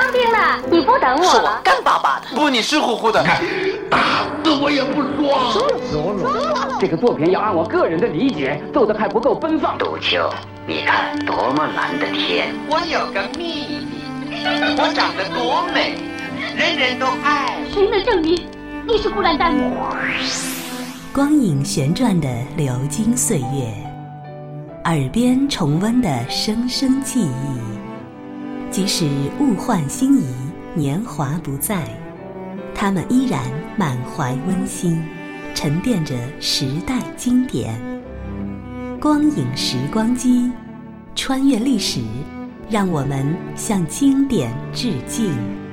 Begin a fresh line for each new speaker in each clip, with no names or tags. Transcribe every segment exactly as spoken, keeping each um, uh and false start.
当兵了，你不等我
是
了？
我干巴巴的，
不，你湿乎乎的。
打死我也不说。
说说，这个作品要按我个人的理解做的还不够奔放。
杜秋，你看多么蓝的天！
我有个秘密，我长得多美，人人都爱。
谁能证明你是孤兰丹？
光影旋转的流金岁月，耳边重温的声声记忆，即使物换星移，年华不在，他们依然满怀温馨，沉淀着时代经典。光影时光机，穿越历史，让我们向经典致敬。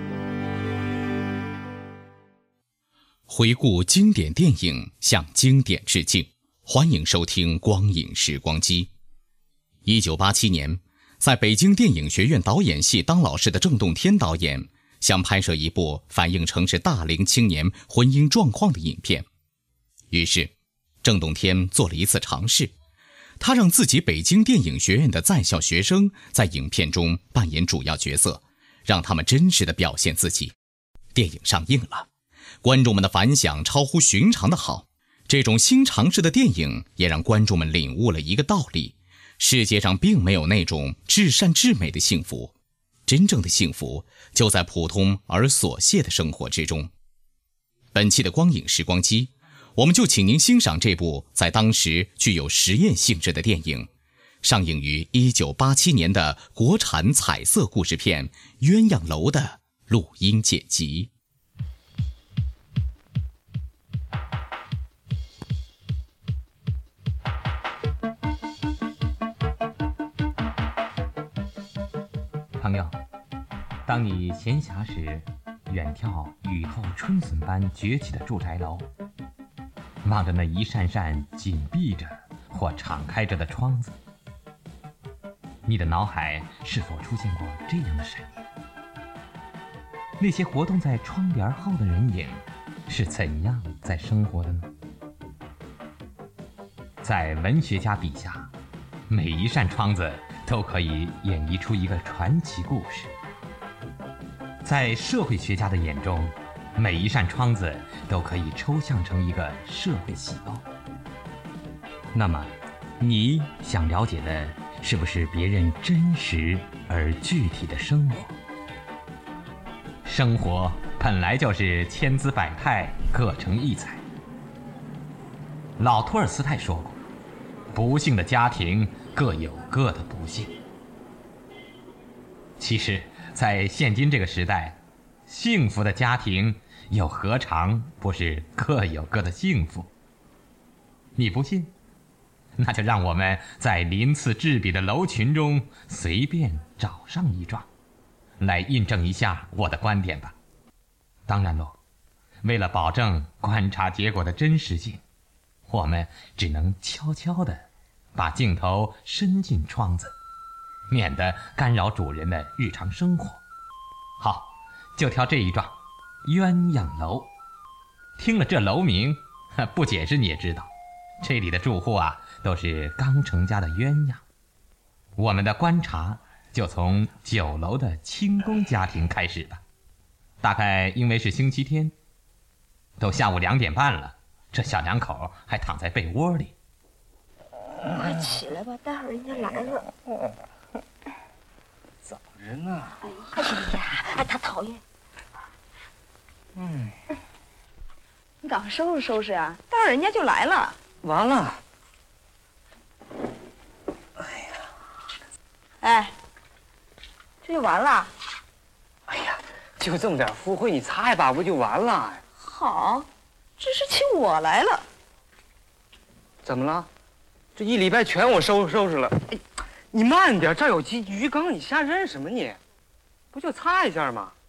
回顾经典电影，向经典致敬。欢迎收听光影时光机。一九八七年，在北京电影学院导演系当老师的郑洞天导演想拍摄一部反映城市大龄青年婚姻状况的影片，于是郑洞天做了一次尝试，他让自己北京电影学院的在校学生在影片中扮演主要角色，让他们真实地表现自己。电影上映了，观众们的反响超乎寻常的好。这种新尝试的电影也让观众们领悟了一个道理：世界上并没有那种至善至美的幸福，真正的幸福就在普通而琐屑的生活之中。本期的光影时光机，我们就请您欣赏这部在当时具有实验性质的电影，上映于一九八七年的国产彩色故事片《鸳鸯楼》的录音剪辑。
朋友，当你闲暇时，远眺雨后春笋般崛起的住宅楼，望着那一扇扇紧闭着或敞开着的窗子，你的脑海是否出现过这样的闪念？那些活动在窗帘后的人影是怎样在生活的呢？在文学家笔下，每一扇窗子都可以演绎出一个传奇故事。在社会学家的眼中，每一扇窗子都可以抽象成一个社会细胞。那么，你想了解的是不是别人真实而具体的生活？生活本来就是千姿百态，各成异彩。老托尔斯泰说过，不幸的家庭各有各的不幸。其实在现今这个时代，幸福的家庭又何尝不是各有各的幸福？你不信？那就让我们在鳞次栉比的楼群中随便找上一幢，来印证一下我的观点吧。当然喽，为了保证观察结果的真实性，我们只能悄悄地把镜头伸进窗子，免得干扰主人的日常生活。好，就挑这一幢鸳鸯楼。听了这楼名，不解释你也知道，这里的住户啊都是刚成家的鸳鸯。我们的观察就从九楼的清宫家庭开始吧。大概因为是星期天，都下午两点半了，这小两口还躺在被窝里。
快起来吧，待会儿人家来了。
早着呢。
哎呀，哎，他讨厌。
嗯，
你赶快收拾收拾呀，待会儿人家就来了。
完了。
哎呀，哎，这就完了。
哎呀，就这么点污秽，你擦一把不就完了？
好，这是请我来了。
怎么了？这一礼拜全我收拾收拾了。哎，你慢点，这儿有鸡鱼缸，你瞎扔什么你？不就擦一下吗？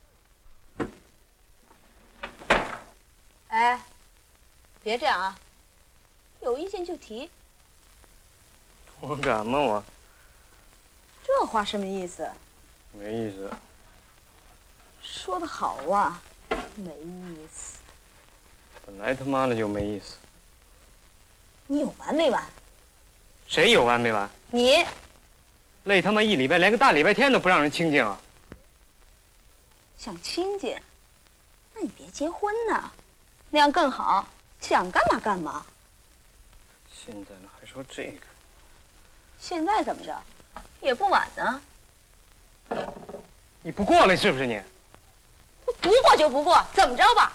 哎，别这样啊，有意见就提。
我敢吗我？
这话什么意思？
没意思。
说得好啊，没意思。
本来他妈的就没意思。
你有完没完？
谁有完没完？
你。
累他妈一礼拜，连个大礼拜天都不让人清静啊！
想亲近，那你别结婚呢，那样更好，想干嘛干嘛。
现在呢还说这个，
现在怎么着，也不晚呢。
你不过来是不是你？
不过就不过，怎么着吧？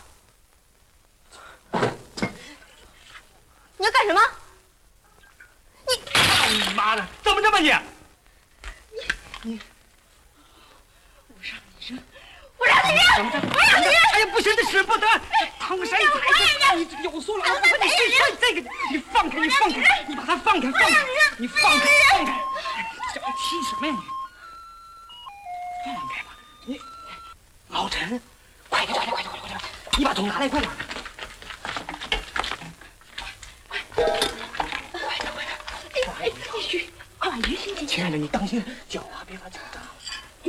你要干什么？你，
哎呀妈的，怎么着吧你？你你，
我让你扔！我让你扔！
怎么着？
我让你扔！
哎呀，不行，这使不得，烫谁踩你有错了！我说你谁说这个？你放开，你放开，你把它放开，放开，你放开，放开！小气什么呀你？放开吧，你老陈，快点，快点，快点，快点！你把桶拿来，快点！
哎，你去，快把鱼先进去。
亲爱的，你当心脚啊，别把脚扎了。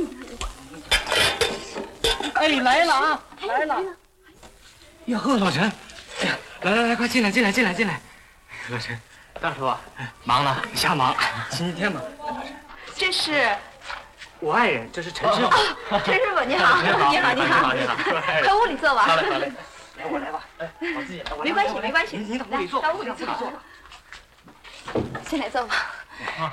哎，来了啊，来了！哟呵，老陈，哎呀，来来来，快进来，进来，进来，进来。老陈，大叔啊，忙呢？瞎忙，星期天嘛。老陈，
这是
我爱人，这是陈师傅。
陈师傅，你好，你好，你好，
你好，你好。
快屋里坐吧。
好嘞，好嘞。我来吧，哎，我自己来。
没关系，没关系。
你到屋里坐，
到屋里坐吧。进来坐吧。
啊。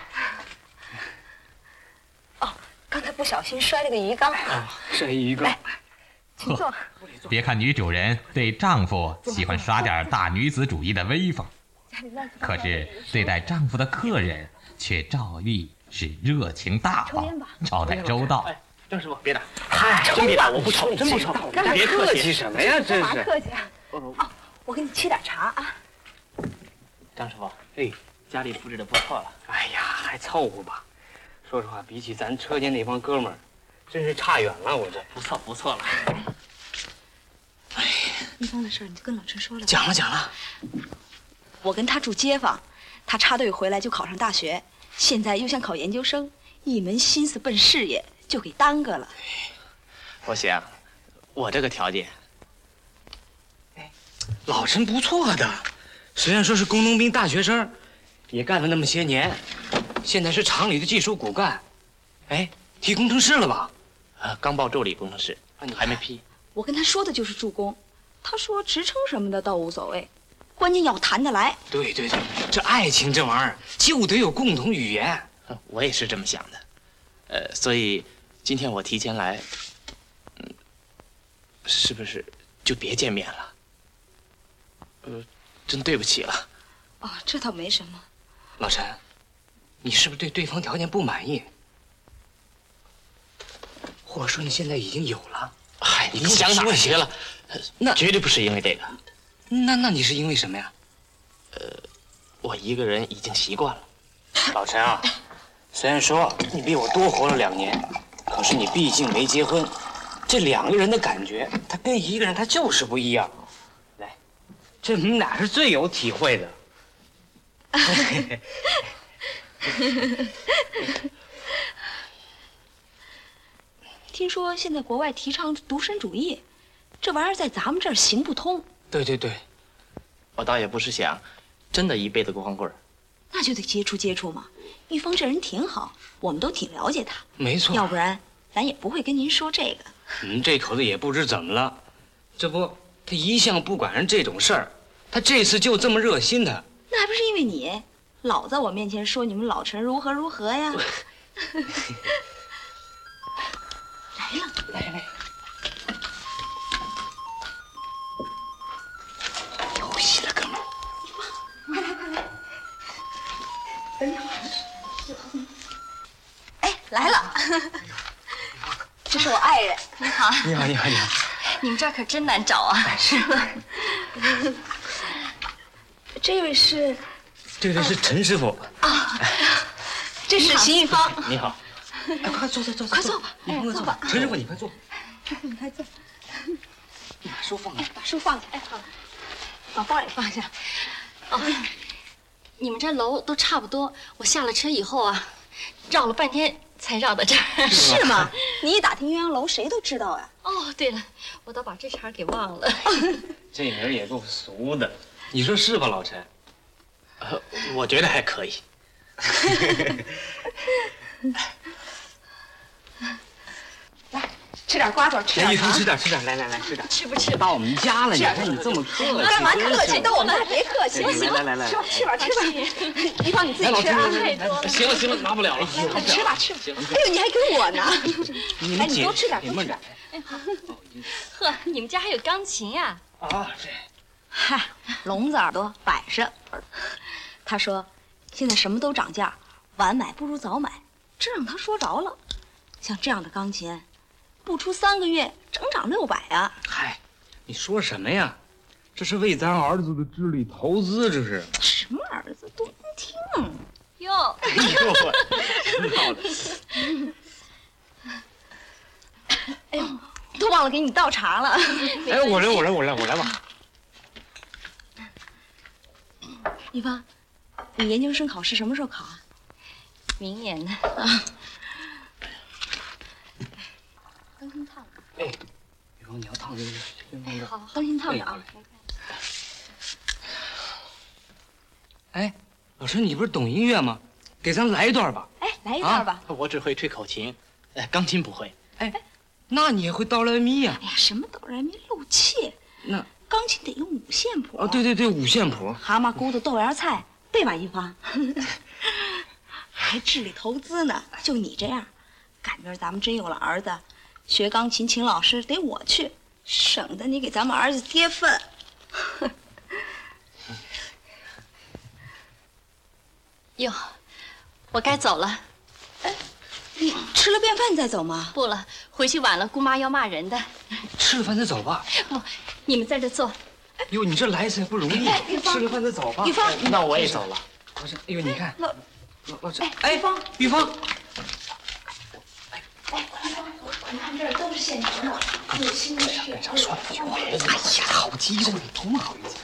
哦，刚才不小心摔了个鱼缸。
啊，摔鱼缸。
来，请坐。
别看女主人对丈夫喜欢耍点大女子主义的威风，可是对待丈夫的客人却照例是热情大方，招待周到。
哎，郑师傅，别打。嗨，真别打，我不抽，真不抽。别客气什么呀，真是。
客气啊。哦，我给你沏点茶啊。
张师傅，哎，家里布置的不错了。
哎呀，还凑合吧。说实话，比起咱车间那帮哥们儿，真是差远了。我这
不错不错了。
哎，一芳的事儿你就跟老陈说了。
讲了讲了。
我跟他住街坊，他插队回来就考上大学，现在又想考研究生，一门心思奔事业，就给耽搁了。
我想，我这个条件，
哎，老陈不错的，虽然说是工农兵大学生，也干了那么些年，现在是厂里的技术骨干。哎，提工程师了吧？
呃，刚报助理工程师，还没批。
我跟他说的就是助工，他说职称什么的倒无所谓，关键要谈得来。
对对对，这爱情这玩意儿就得有共同语言。
我也是这么想的，呃，所以今天我提前来，嗯，是不是就别见面了？呃，真对不起了。
哦，这倒没什么。
老陈，你是不是对对方条件不满意？或者说你现在已经有了？
嗨，你想哪去了？那绝对不是因为这个。
那那你是因为什么呀？
呃，我一个人已经习惯了。
老陈啊，虽然说你比我多活了两年，可是你毕竟没结婚，这两个人的感觉，他跟一个人他就是不一样。来，这你们俩是最有体会的。
听说现在国外提倡独身主义，这玩意儿在咱们这儿行不通。
对对对，
我倒也不是想真的一辈子光棍儿，
那就得接触接触嘛。玉芳这人挺好，我们都挺了解她。
没错，
要不然咱也不会跟您说这个。
嗯，这口子也不知怎么了，这不他一向不管人这种事儿，他这次就这么热心的。
那还不是因为你老在我面前说你们老陈如何如何呀？来了，
来来。有戏了，哥们儿！
快来快来！等你好。哎，来了！这是我爱人。
你好。
你好，你好，你好。
你们这儿可真难找啊！
是吗？这位是，
这位是陈师傅
啊。这是邢玉芳。
你好。
哎，快坐坐坐，
快坐吧！
哎，坐吧。陈师傅，你快坐。
你快坐。
你把书放下。
把书放下。哎，好。把包也放下。
哦，你们这楼都差不多。我下了车以后啊，绕了半天才绕到这儿。
是吗？你一打听鸳鸯楼，谁都知道呀。
哦，对了，我倒把这茬给忘了。
这名也够俗的，你说是吧，老陈？
呃，我觉得还可以。
来， 吃点瓜子，吃点
玉芳，吃点吃点，来来来，吃点。
吃不吃？
到我们家了，你看你这么客气，
干嘛客气？到我们还别客气。
来来来来，
吃吧吃吧吃吧。玉芳你自己吃啊。
行了行了，拿不了了。
吃吧吃吧。哎呦，你还给我呢？哎，你多吃点，多吃点。
哎好。呵，你们家还有钢琴呀？
啊，这。
嗨，聋子耳朵摆设。他说，现在什么都涨价，晚买不如早买，这让他说着了。像这样的钢琴，不出三个月，整涨六百啊！
嗨，你说什么呀？这是为咱儿子的智力投资，这是。
什么儿子都能听
哟。
哎呦，闹的。
哎呦，都忘了给你倒茶了。
哎，我来，我来，我来，我来吧。
玉芳，你研究生考试什么时候考啊？
明年呢。
啊。
钢琴烫。
哎，玉芳，你要烫这个。
哎，好，钢琴烫着啊。
哎，老师，你不是懂音乐吗？给咱来一段吧。
哎，来一段吧。
啊、我只会吹口琴，哎，钢琴不会。
哎，那你也会哆来咪呀？
哎呀，什么哆来咪漏气？
那
钢琴得用五线谱。
哦，对对对，五线谱。
蛤蟆咕嘟豆芽菜，对吧，一芳？还智力投资呢，就你这样，赶明儿咱们真有了儿子，学钢琴请老师得我去，省得你给咱们儿子跌份。
哟，我该走了。
哎，你吃了便饭再走吗？
不了，回去晚了，姑妈要骂人的。
吃了饭再走吧。
不，你们在这坐。
哟，你这来一次也不容易。吃了饭再走吧。
玉芳，
那我也走了。
老师，哎呦，你看，
老
老老师，
哎，玉芳，
玉芳。
哎，玉芳，你看这儿都是现成的，有新的是。
跟上说了一回。哎呀，好激动，你多么好意思。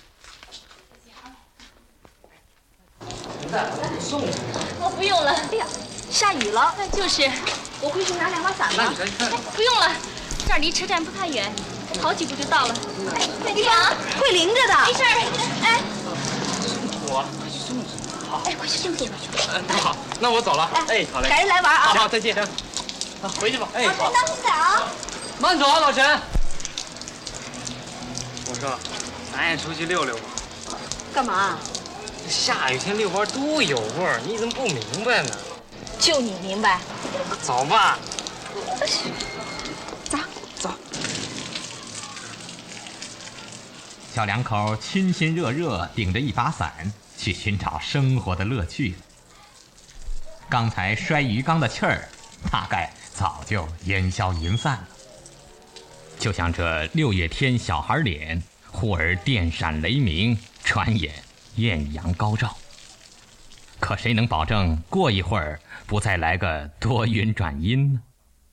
送你。
哦，不用了。
哎呀，下雨了。
那就是，
我回去拿两把伞吧。
那你再看。
不用了，这儿离车站不太远，跑几步就到了。哎，再见啊。
会淋着的。
没事儿。哎。
我快去送送。好。
哎，快去送送。
那好，那我走了。哎，好嘞。
赶紧来玩啊。
好，再见。啊，回去吧。哎，好。
当心点啊。
慢走啊，老陈。我说，咱也出去溜溜吧。
干嘛？
下雨天遛弯多有味儿，你怎么不明白呢？
就你明白。
走吧。
走
走。
小两口亲亲热热，顶着一把伞去寻找生活的乐趣。刚才摔鱼缸的气儿，大概早就烟消云散了。就像这六月天，小孩脸，忽而电闪雷鸣，转眼艳阳高照。可谁能保证过一会儿不再来个多云转阴呢？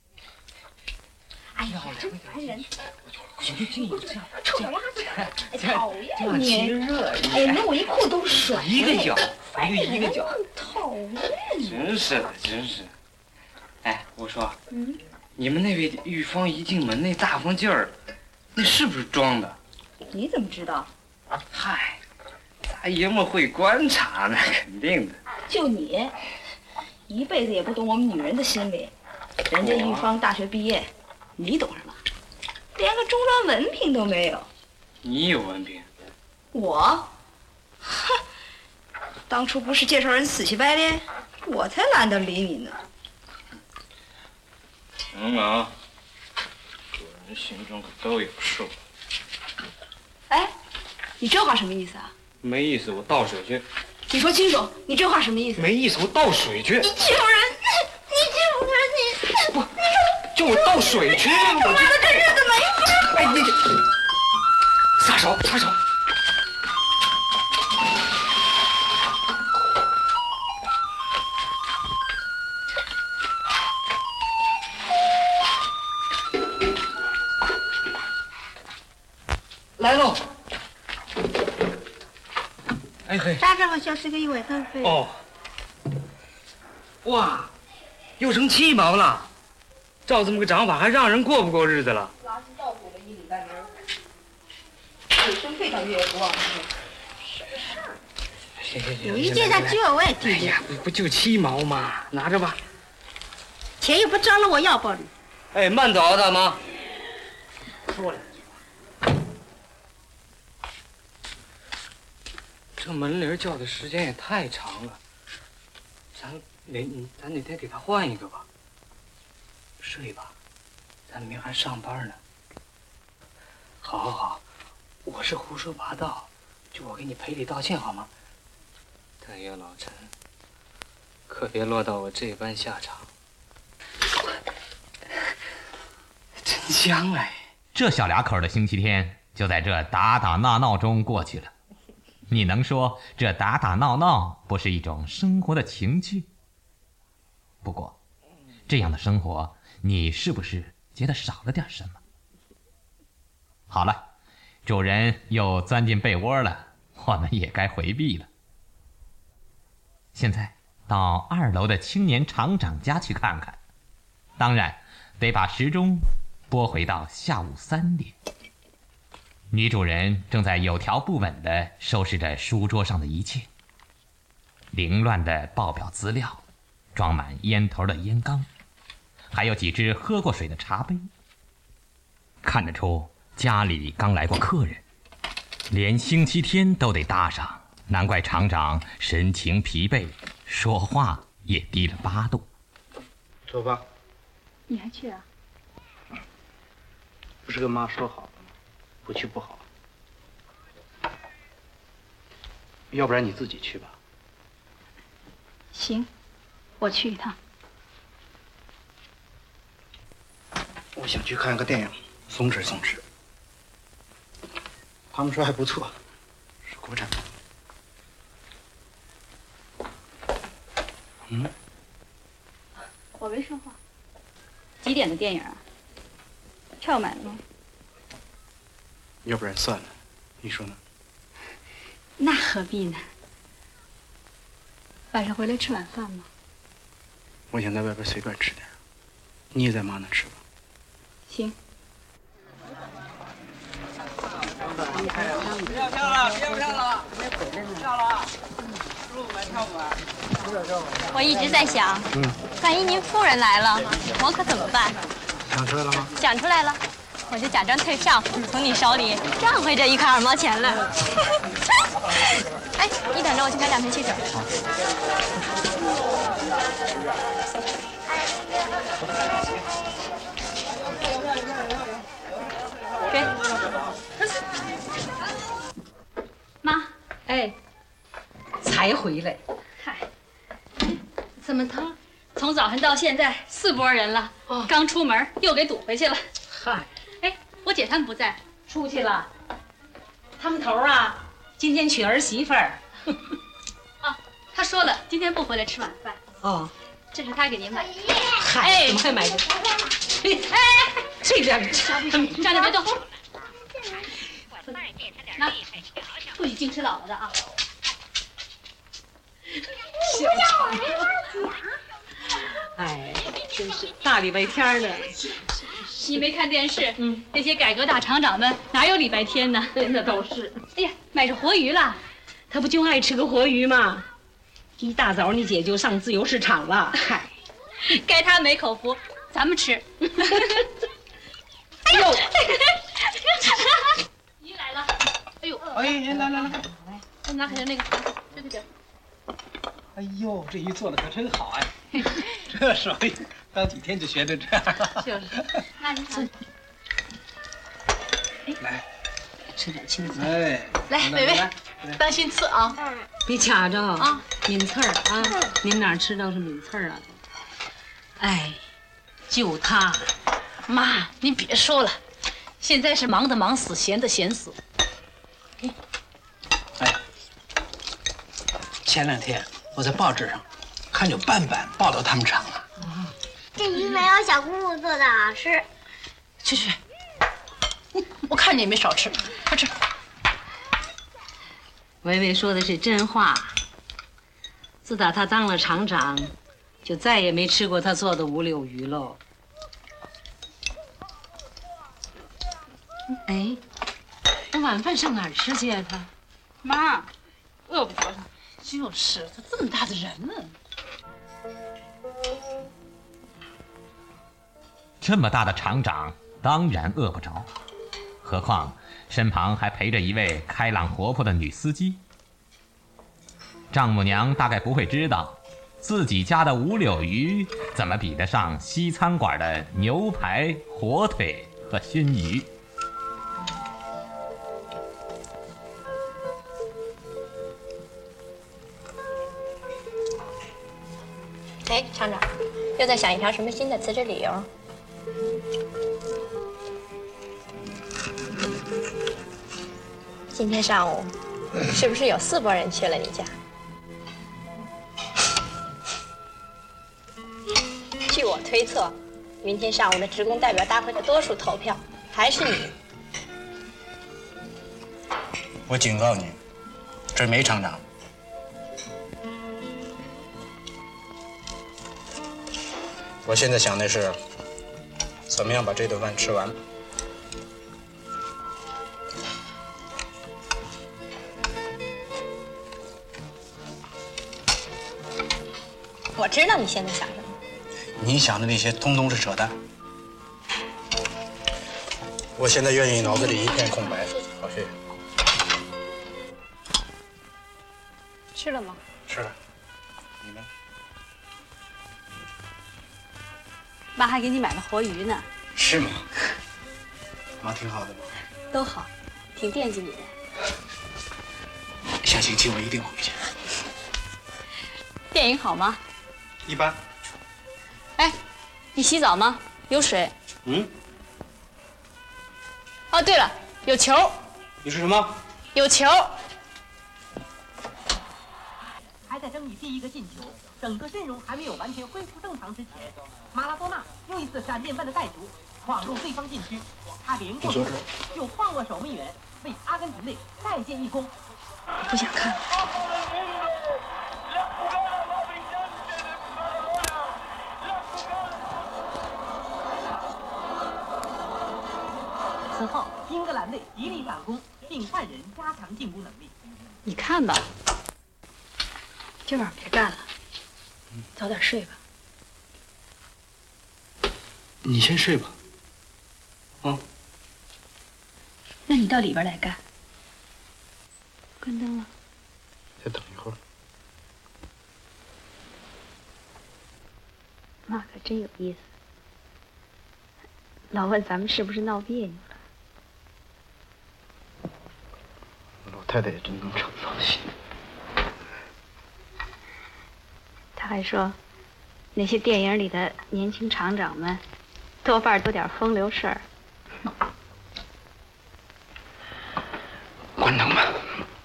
哎呀，真烦人！臭脚丫子，哎，讨厌你！哎呀，连我一裤都是水。
一个脚，一个一个脚。
讨厌！
真是的，真是。哎，我说，
嗯，
你们那位玉芳一进门那大方劲儿，那是不是装的？
你怎么知道？
嗨。咱爷们会观察，那肯定的。
就你，一辈子也不懂我们女人的心理。人家玉芳大学毕业，你懂什么？连个中专文凭都没有。
你有文凭？
我？哼！当初不是介绍人死乞白赖，我才懒得理你呢。
行了啊，做人心中可都有数。
哎，你这话什么意思啊？
没意思，我倒水去。
你说清楚，你这话什么意思？
没意思，我倒水去。
你欺负人！你欺负人！你
不，就我倒水去。
他妈的，这日子没法过。
哎，你撒手，撒手。来喽。哎嘿，
啥时候消失个一位三费？
哦，哇，又成七毛了。照这么个涨法，还让人过不过日子了？
垃圾倒补了一礼拜人，卫生费倒越不忘什么事儿？
行行行，
有一件上九万，弟弟。
哎呀，不不就七毛吗？拿着吧。
钱又不找了我要包里。
哎，慢走啊，大妈。说两句。这门铃叫的时间也太长了，咱哪咱哪天给他换一个吧。睡吧，咱明还上班呢。好，好，好，我是胡说八道，就我给你赔礼道歉好吗？但愿老陈可别落到我这般下场。真香哎！
这小两口的星期天就在这打打闹闹中过去了。你能说这打打闹闹不是一种生活的情趣？不过，这样的生活，你是不是觉得少了点什么？好了，主人又钻进被窝了，我们也该回避了。现在到二楼的青年厂长家去看看，当然得把时钟拨回到下午三点。女主人正在有条不紊地收拾着书桌上的一切，凌乱的报表资料，装满烟头的烟缸，还有几只喝过水的茶杯。看得出家里刚来过客人，连星期天都得搭上，难怪厂长神情疲惫，说话也低了八度。
走吧。
你还去啊？
不是跟妈说好了吗？不去不好。要不然你自己去吧。
行，我去一趟。
我想去看个电影，松弛松弛。他们说还不错，是国产。嗯，
我没说话。几点的电影啊？票买了吗？
要不然算了，你说呢？
那何必呢？晚上回来吃晚饭吗？
我想在外边随便吃点，你也在妈那吃吧。
行。
不要跳了，不要跳了，跳了！师傅来跳舞啊！
我一直在想，
嗯，
万一您夫人来了，我可怎么办？
想出来了吗？
想出来了，我就假装退票，从你手里赚回这一块二毛钱来。哎，你等着，我去买两瓶汽水。给。
妈，哎，才回来。
嗨，怎么他从早上到现在四拨人了？哦，刚出门又给堵回去了。
嗨，
哎，我姐他们不在，
出去了。他们头啊，今天娶儿媳妇儿。
啊，他说了，今天不回来吃晚饭。
哦，
这是他给您买的。
嗨，怎么还买这？哎，这两个
站着别动。那不许净吃姥姥的啊！
小强，哎，真是大礼拜天的。
你没看电视？嗯，那些改革大厂长们哪有礼拜天呢？
那倒是。
哎呀，买着活鱼了。
他不就爱吃个活鱼吗？一大早你姐就上自由市场了。嗨，
该他没口福，咱们吃。
哎呦！
鱼来了！哎呦！
哎，来来来，
来，拿开点那个，这这点。
哎呦，这鱼做的可真好哎！这手艺刚几天就学成这样了。
就是。那你吃。
来，
吃点青菜。
哎，
来，伟伟，当心刺啊！
别卡着啊！抿刺儿啊！您哪吃到是抿刺儿啊？哎，就他。
妈，您别说了，现在是忙的忙死，闲的闲死。
哎，前两天我在报纸上看有半版报道他们厂了。
这鱼没有小姑姑做的好吃。
去去，我看你也没少吃，快吃。
维维说的是真话。自打他当了厂长，就再也没吃过他做的五柳鱼喽。哎，那晚饭上哪儿吃去啊？他
妈，饿不着他。就是他这么大的人了。
这么大的厂长当然饿不着，何况身旁还陪着一位开朗活泼的女司机。丈母娘大概不会知道，自己家的五柳鱼怎么比得上西餐馆的牛排、火腿和熏鱼。
哎，厂长，又在想一条什么新的辞职理由？今天上午是不是有四拨人去了你家？据我推测，明天上午的职工代表大会的多数投票还是你。
我警告你，这儿没厂长。我现在想的是，怎么样把这顿饭吃完。
我知道你现在想什么。
你想的那些通通是扯淡。我现在愿意脑子里一片空白。好，谢谢。
吃了吗？
吃了。你们？
妈还给你买了活鱼呢。
是吗？妈挺好的吗？
都好，挺惦记你的。
下星期我一定回去。
电影好吗？
一般。
哎，你洗澡吗？有水。
嗯。
哦，对了，有球。
你是什么？
有球。
还在争议第一个进球，整个阵容还没有完全恢复正常之前，马拉多纳又一次闪电般的带球闯入对方禁区，他连过球又晃过守门员，为阿根廷队再建一功。
我不想看了。
此后，英格兰队极力反攻，并换人加强进攻能力。
你看吧，今晚别干了，早点睡吧。
你先睡吧。啊。
那你到里边来干。关灯了。
再等一会儿。
妈可真有意思，老问咱们是不是闹别扭了。
老太太也真能成操心。
他还说，那些电影里的年轻厂长们，多半都点风流事儿。
关灯吧。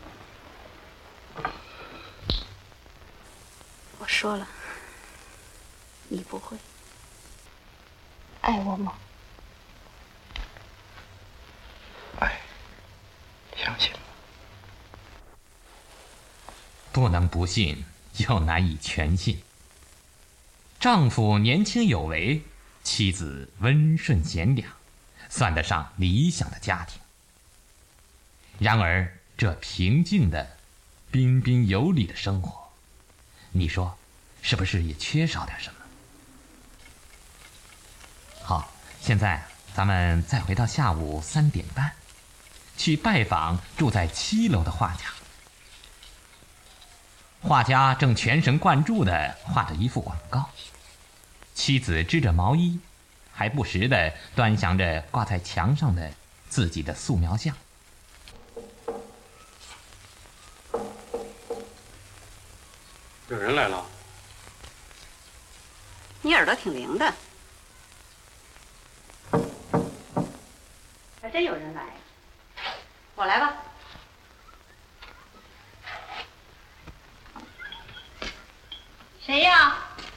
我说了，你不会爱我吗？
爱，相信。
不能不信，又难以全信。丈夫年轻有为，妻子温顺贤良，算得上理想的家庭。然而，这平静的、彬彬有礼的生活，你说，是不是也缺少点什么？好，现在咱们再回到下午三点半，去拜访住在七楼的画家。画家正全神贯注地画着一幅广告，妻子织着毛衣，还不时地端详着挂在墙上的自己的素描像。
有人来了。
你耳朵挺灵的，还真有人来。我来吧。谁呀？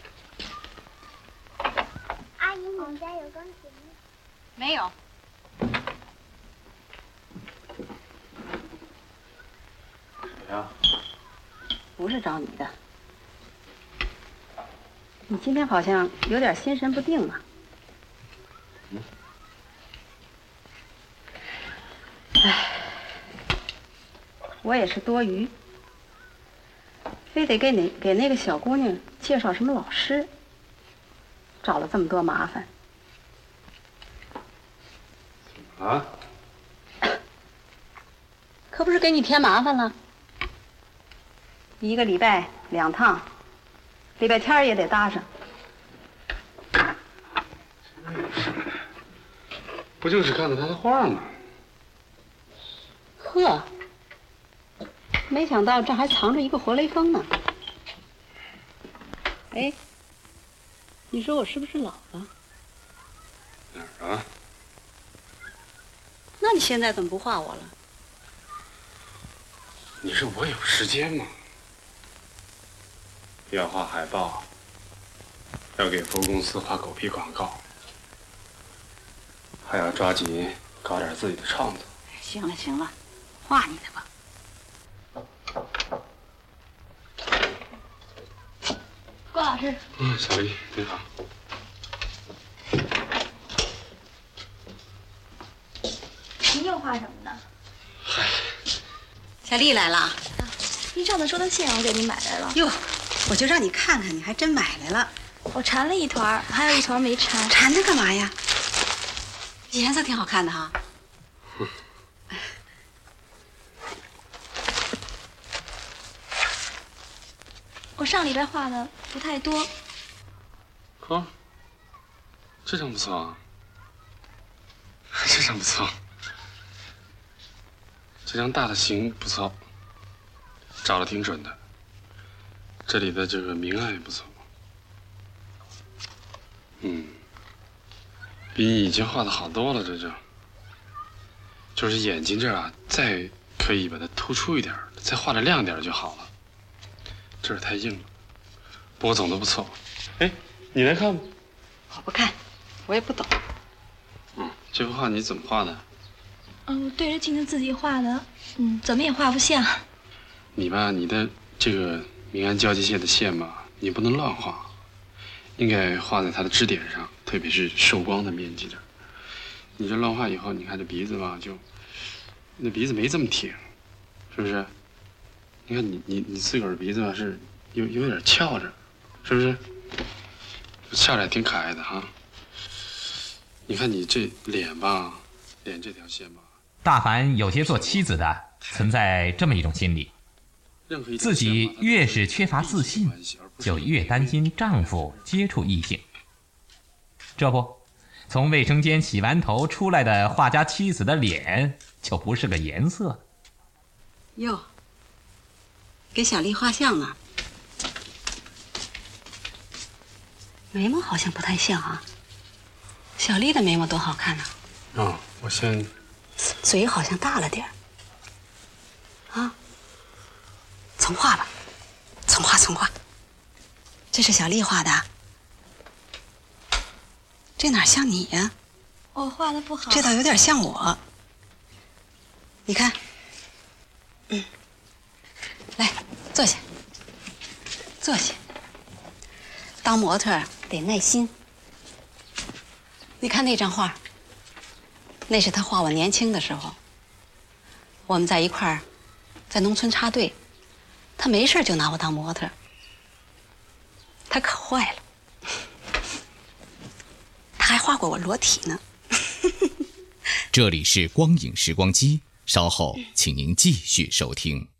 阿姨，你们家有钢琴吗？
没有。
谁呀？
不是找你的。你今天好像有点心神不定嘛。
嗯。
唉，我也是多余，非得给那给那个小姑娘介绍什么老师，找了这么多麻烦。
啊？
可不是给你添麻烦了。一个礼拜两趟，礼拜天也得搭上。
不就是看了他的画吗？
呵，没想到这还藏着一个活雷锋呢。哎，你说我是不是老了？
哪儿啊？
那你现在怎么不画我了？
你说我有时间吗？要画海报，要给服务公司画狗屁广告，还要抓紧搞点自己的创作。
行了行了，画你的吧。郭老师。
嗯，小丽，你好。
您又画什么呢？
嗨，
小丽来了。
您上次说的线我给您买来了。
哟，我就让你看看，你还真买来了。
我缠了一团，还有一团没缠。
缠它干嘛呀？颜色挺好看的哈。
我上礼拜画的不太多。
呵，这张不错啊，这张不错，这张大的形不错，找的挺准的。这里的这个明暗也不错，嗯，比你以前画的好多了。这就就是眼睛这儿啊，再可以把它突出一点，再画的亮点就好了。这儿太硬了，不过总的不错。哎，你来看吗？
我不看，我也不懂。
嗯，这幅画你怎么画的？
嗯，我对着镜子自己画的，嗯，怎么也画不像。
你吧，你的这个明暗交界线的线吧，你不能乱画，应该画在它的支点上，特别是受光的面积这儿。你这乱画以后，你看这鼻子吧，就那鼻子没这么挺，是不是？你看你你你自个儿鼻子吧是有有点翘着，是不是？翘着还挺可爱的哈。你看你这脸吧，脸这条线吧。
大凡有些做妻子的存在这么一种心理，自己越是缺乏自信，就越担心丈夫接触异性。这不，从卫生间洗完头出来的画家妻子的脸就不是个颜色。
哟，给小丽画像呢。眉毛好像不太像啊。小丽的眉毛多好看呢。
哦，我先。
嘴好像大了点儿。啊，重画吧，重画重画。这是小丽画的。这哪像你呀？
我画的不好。
这倒有点像我。你看。嗯。来，坐下。坐下。当模特得耐心。你看那张画，那是他画我年轻的时候。我们在一块儿，在农村插队，他没事就拿我当模特。他可坏了，他还画过我裸体呢。
这里是光影时光机，稍后请您继续收听。